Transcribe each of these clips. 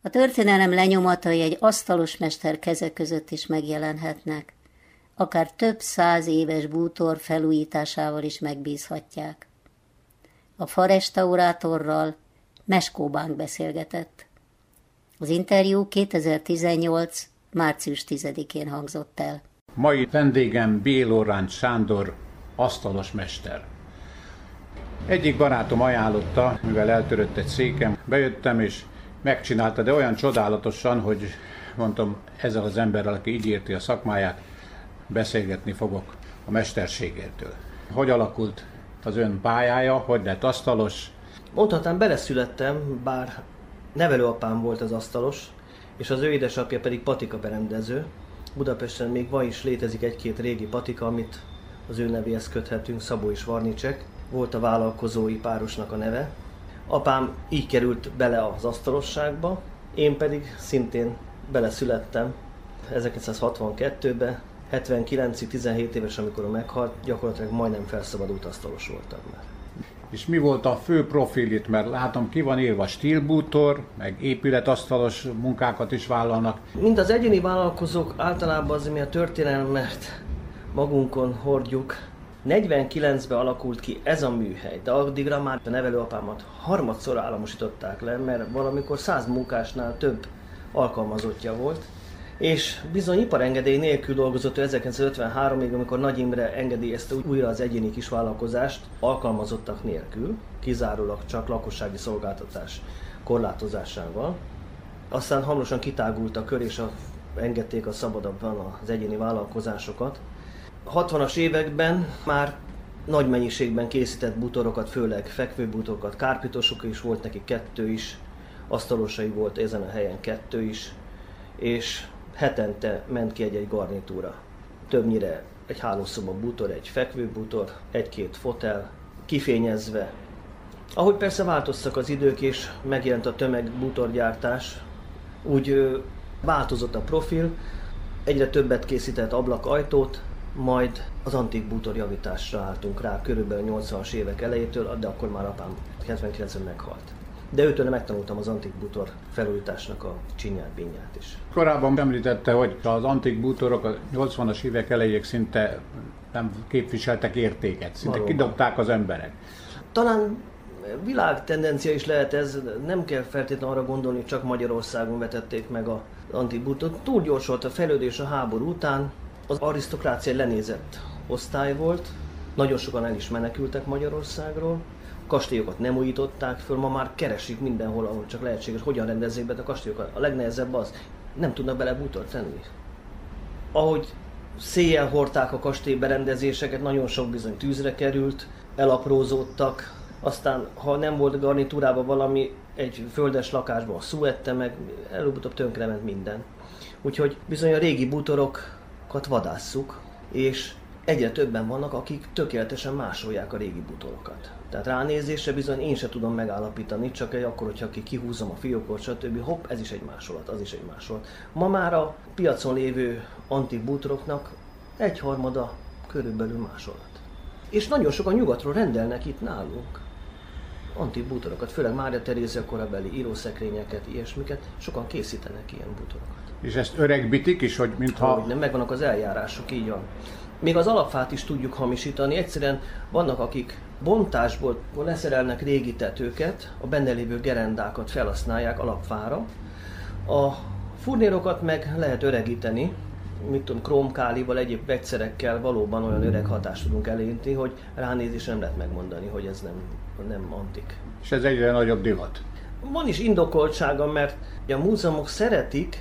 A történelem lenyomatai egy asztalos mester keze között is megjelenhetnek. Akár több 100 éves bútor felújításával is megbízhatják. A farestaurátorral Meskó Bánk beszélgetett. Az interjú 2018. március 10-én hangzott el. Mai vendégem Béloráncs Sándor, asztalos mester. Egyik barátom ajánlotta, mivel eltörött egy székem, bejöttem és megcsinálta, de olyan csodálatosan, hogy mondtam, ezzel az emberrel, aki így érti a szakmáját, beszélgetni fogok a mesterségétől. Hogy alakult az ön pályája, hogy lett asztalos? Mondhatnám, beleszülettem, bár nevelőapám volt az asztalos, és az ő édesapja pedig patika berendező. Budapesten még ma is létezik egy-két régi patika, amit az ő nevéhez köthetünk, Szabó és Varnicsek. Volt a vállalkozói párosnak a neve. Apám így került bele az asztalosságba, én pedig szintén beleszülettem 1962-ben, 79-ig, 17 éves, amikor meghalt, gyakorlatilag majdnem felszabadult asztalos voltam már. És mi volt a fő profilit? Mert látom, ki van írva stílbútor, meg épületasztalos munkákat is vállalnak. Mint az egyéni vállalkozók, általában az, mi a történelmet magunkon hordjuk. 49-ben alakult ki ez a műhely, de addigra már a nevelőapámat harmadszor államosították le, mert valamikor 100 munkásnál több alkalmazottja volt. És bizony iparengedély nélkül dolgozott ő 1953-ig, amikor Nagy Imre engedélyezte újra az egyéni kisvállalkozást alkalmazottak nélkül, kizárólag csak lakossági szolgáltatás korlátozásával. Aztán hamarosan kitágult a kör, és engedték a szabadabban az egyéni vállalkozásokat. 60-as években már nagy mennyiségben készített bútorokat, főleg fekvőbútorokat, kárpitosok is volt neki 2 is, asztalosai volt ezen a helyen 2 is, és hetente ment ki egy-egy garnitúra. Többnyire egy hálószoba bútor, egy fekvőbútor, 1-2 fotel, kifényezve. Ahogy persze változtak az idők és megjelent a tömegbútorgyártás, úgy változott a profil, egyre többet készített ablakajtót, majd az antik bútorjavításra álltunk rá körülbelül 80-as évek elejétől, de akkor már apám 79-ben meghalt. De őtől megtanultam az antik bútor felújításnak a csinyát, bínyát is. Korábban említette, hogy az antik bútorok a 80-as évek elejéig szinte nem képviseltek értéket, szinte valóban kidobták az emberek. Talán világtendencia is lehet ez, nem kell feltétlenül arra gondolni, hogy csak Magyarországon vetették meg az antik bútort. Túl gyors volt a fejlődés a háború után, az arisztokrácia egy lenézett osztály volt, nagyon sokan el is menekültek Magyarországról, kastélyokat nem újították föl, ma már keresik mindenhol, ahol csak lehetséges, hogyan rendezzék be a kastélyokat. A legnehezebb az, nem tudnak bele bútort tenni. Ahogy széjjel hordták a kastélyberendezéseket, nagyon sok bizony tűzre került, elaprózódtak, aztán ha nem volt garnitúrában valami, egy földes lakásban a szú ette meg, előbb-utóbb tönkrement minden. Úgyhogy bizony a régi bútorokat vadásszuk, és egyre többen vannak, akik tökéletesen másolják a régi bútorokat. Tehát ránézésre bizony én sem tudom megállapítani, csak akkor, hogyha kihúzom a fiókot, stb. Hopp, ez is egy másolat, az is egy másolat. Ma már a piacon lévő antik bútoroknak 1/3 körülbelül másolat. És nagyon sokan nyugatról rendelnek itt nálunk antik bútorokat, főleg Mária Terézia korabeli írószekrényeket, ilyesmiket, sokan készítenek ilyen bútorokat. És ezt öregbítik is, hogy mintha... Hogy nem, megvannak az eljárások, így van. Még az alapfát is tudjuk hamisítani. Egyszerűen vannak, akik bontásból leszerelnek régi tetőket, a benne lévő gerendákat felhasználják alapfára. A furnérokat meg lehet öregíteni, mit tudom, krómkálival, egyéb vegyszerekkel valóban olyan öreg hatást tudunk elérni, hogy ránézésre nem lehet megmondani, hogy ez nem antik. És ez egyre nagyobb divat. Van is indokoltsága, mert a múzeumok szeretik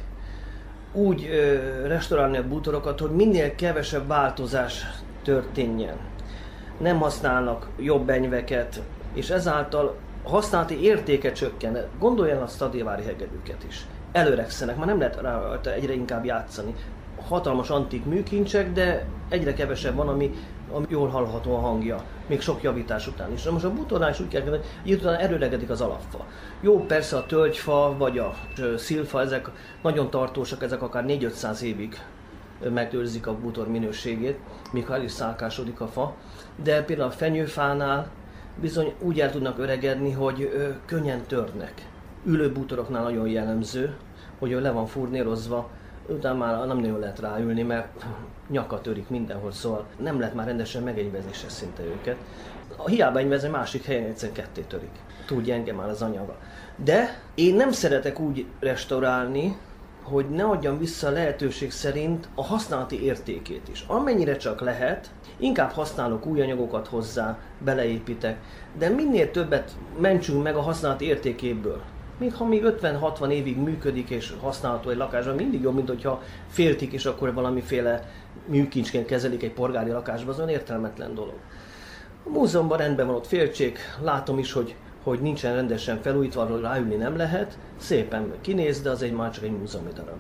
úgy restaurálni a bútorokat, hogy minél kevesebb változás történjen. Nem használnak jobb enyveket, és ezáltal a használati értéke csökken. Gondoljon a Stradivari hegedűket is. Előregszenek, már nem lehet rá egyre inkább játszani. Hatalmas antik műkincsek, de egyre kevesebb van, ami jól hallható a hangja, még sok javítás után is. Na most a bútornál is úgy kell kezdeni, hogy itt utána erőlegedik az alapfa. Jó, persze a tölgyfa vagy a szilfa, ezek nagyon tartósak, ezek akár 400-500 évig megőrzik a bútor minőségét, míg ha el is szálkásodik a fa. De például a fenyőfánál bizony úgy el tudnak öregedni, hogy könnyen törnek. ülő bútoroknál nagyon jellemző, hogy le van furnérozva, utána már nem nagyon lehet ráülni, mert nyakat törik mindenhol, szóval nem lehet már rendesen megenyvezésre szinte őket. Hiába enyvezve, másik helyen egyszerűen ketté törik. Túl gyenge már az anyaga. De én nem szeretek úgy restaurálni, hogy ne adjam vissza a lehetőség szerint a használati értékét is. Amennyire csak lehet, inkább használok új anyagokat hozzá, beleépítek, de minél többet mentsünk meg a használati értékéből. Mintha még 50-60 évig működik és használható egy lakásban, mindig jobb, mint hogyha féltik és akkor valamiféle műkincsként kezelik egy polgári lakásban, az olyan értelmetlen dolog. A múzeumban rendben van, ott féltsék, látom is, hogy nincsen rendesen felújítva, arról ráülni nem lehet, szépen kinéz, de az már csak egy múzeumi darab.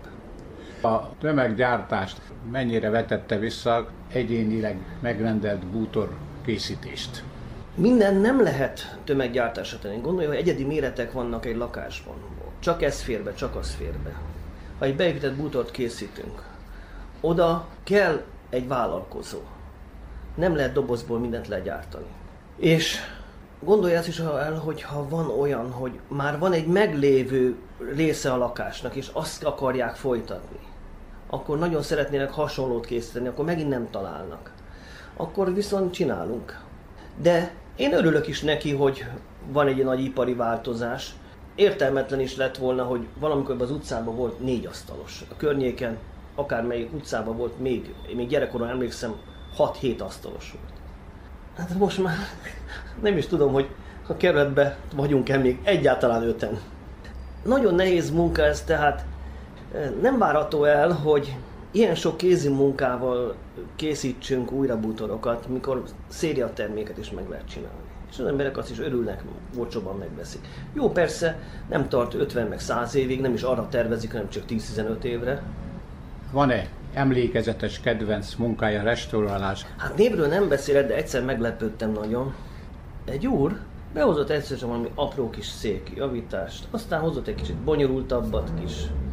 A tömeggyártást mennyire vetette vissza egyénileg megrendelt bútor készítést? Minden nem lehet tömeggyártásra tenni. Gondolja, hogy egyedi méretek vannak egy lakásban. Csak ez fér be, csak az fér be. Ha egy beépített bútort készítünk, oda kell egy vállalkozó. Nem lehet dobozból mindent legyártani. És gondolja azt is el, hogy ha van olyan, hogy már van egy meglévő része a lakásnak, és azt akarják folytatni, akkor nagyon szeretnének hasonlót készíteni, akkor megint nem találnak. Akkor viszont csinálunk. De én örülök is neki, hogy van egy nagy ipari változás. Értelmetlen is lett volna, hogy valamikor az utcában volt 4 asztalos. A környéken, akármelyik utcában volt még gyerekkoron emlékszem, 6-7 asztalos volt. Hát most már nem is tudom, hogy a kerületben vagyunk-e még egyáltalán 5-en. Nagyon nehéz munka ez, tehát nem várható el, hogy ilyen sok kézi munkával készítsünk újra bútorokat, mikor szériaterméket is meg lehet csinálni. És az emberek azt is örülnek, olcsóban megveszik. Jó, persze, nem tart 50 meg 100 évig, nem is arra tervezik, hanem csak 10-15 évre. Van-e emlékezetes kedvenc munkája, restaurálás? Hát névről nem beszélek, de egyszer meglepődtem nagyon. Egy úr behozott egyszer csak valami apró kis szék javítást, aztán hozott egy kicsit bonyolultabbat, kis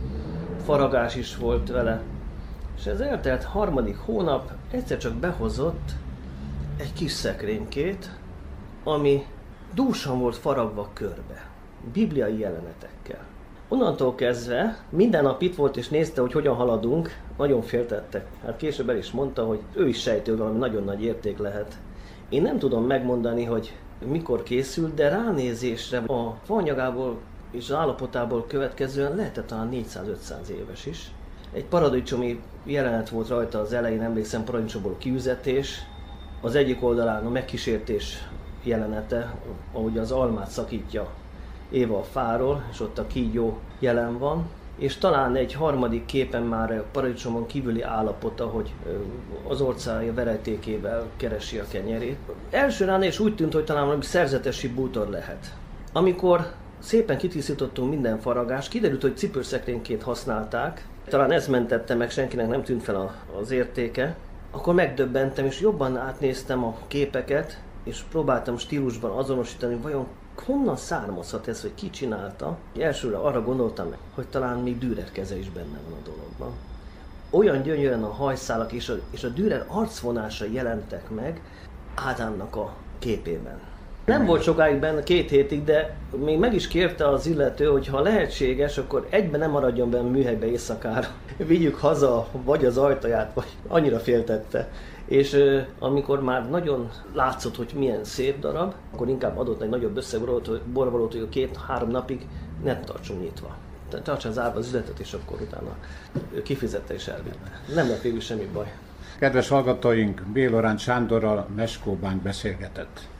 faragás is volt vele. És ez eltelt 3. hónap, egyszer csak behozott egy kis szekrénykét, ami dúsan volt faragva körbe, bibliai jelenetekkel. Onnantól kezdve minden nap itt volt és nézte, hogy hogyan haladunk, nagyon féltettek. Hát később el is mondta, hogy ő is sejti, hogy valami nagyon nagy érték lehet. Én nem tudom megmondani, hogy mikor készült, de ránézésre a faanyagából és az állapotából következően lehetett talán 400-500 éves is. Egy paradicsomi jelenet volt rajta az elején, emlékszem, paradicsomból kiüzetés. Az egyik oldalán a megkísértés jelenete, ahogy az almát szakítja Éva a fáról, és ott a kígyó jelen van. És talán egy harmadik képen már a paradicsomon kívüli állapota, hogy az orcája verejtékével keresi a kenyerét. Első ránézés úgy tűnt, hogy talán valami szerzetesi bútor lehet. Amikor szépen kitisztítottunk minden faragást, kiderült, hogy cipőszekrényként használták. Talán ez mentette meg, senkinek nem tűnt fel az értéke. Akkor megdöbbentem, és jobban átnéztem a képeket, és próbáltam stílusban azonosítani, vajon honnan származhat ez, hogy ki csinálta. Elsőre arra gondoltam, hogy talán még Dürer keze is benne van a dologban. Olyan gyönyörűen a hajszálak és a Dürer arcvonása jelentek meg Ádámnak a képében. Nem volt sokáig benne, 2 hétig, de még meg is kérte az illető, hogy ha lehetséges, akkor egyben nem maradjon benne műhelybe éjszakára. Vigyük haza, vagy az ajtaját, vagy annyira féltette. És amikor már nagyon látszott, hogy milyen szép darab, akkor inkább adott egy nagyobb összeg borvalót, hogy 2-3 napig ne tartsunk nyitva. Tartsa zárva az üzletet, és akkor utána kifizette és elvitte. Nem lett végül semmi baj. Kedves hallgatóink, B. Loránd Sándorral Meskó Bánk beszélgetett.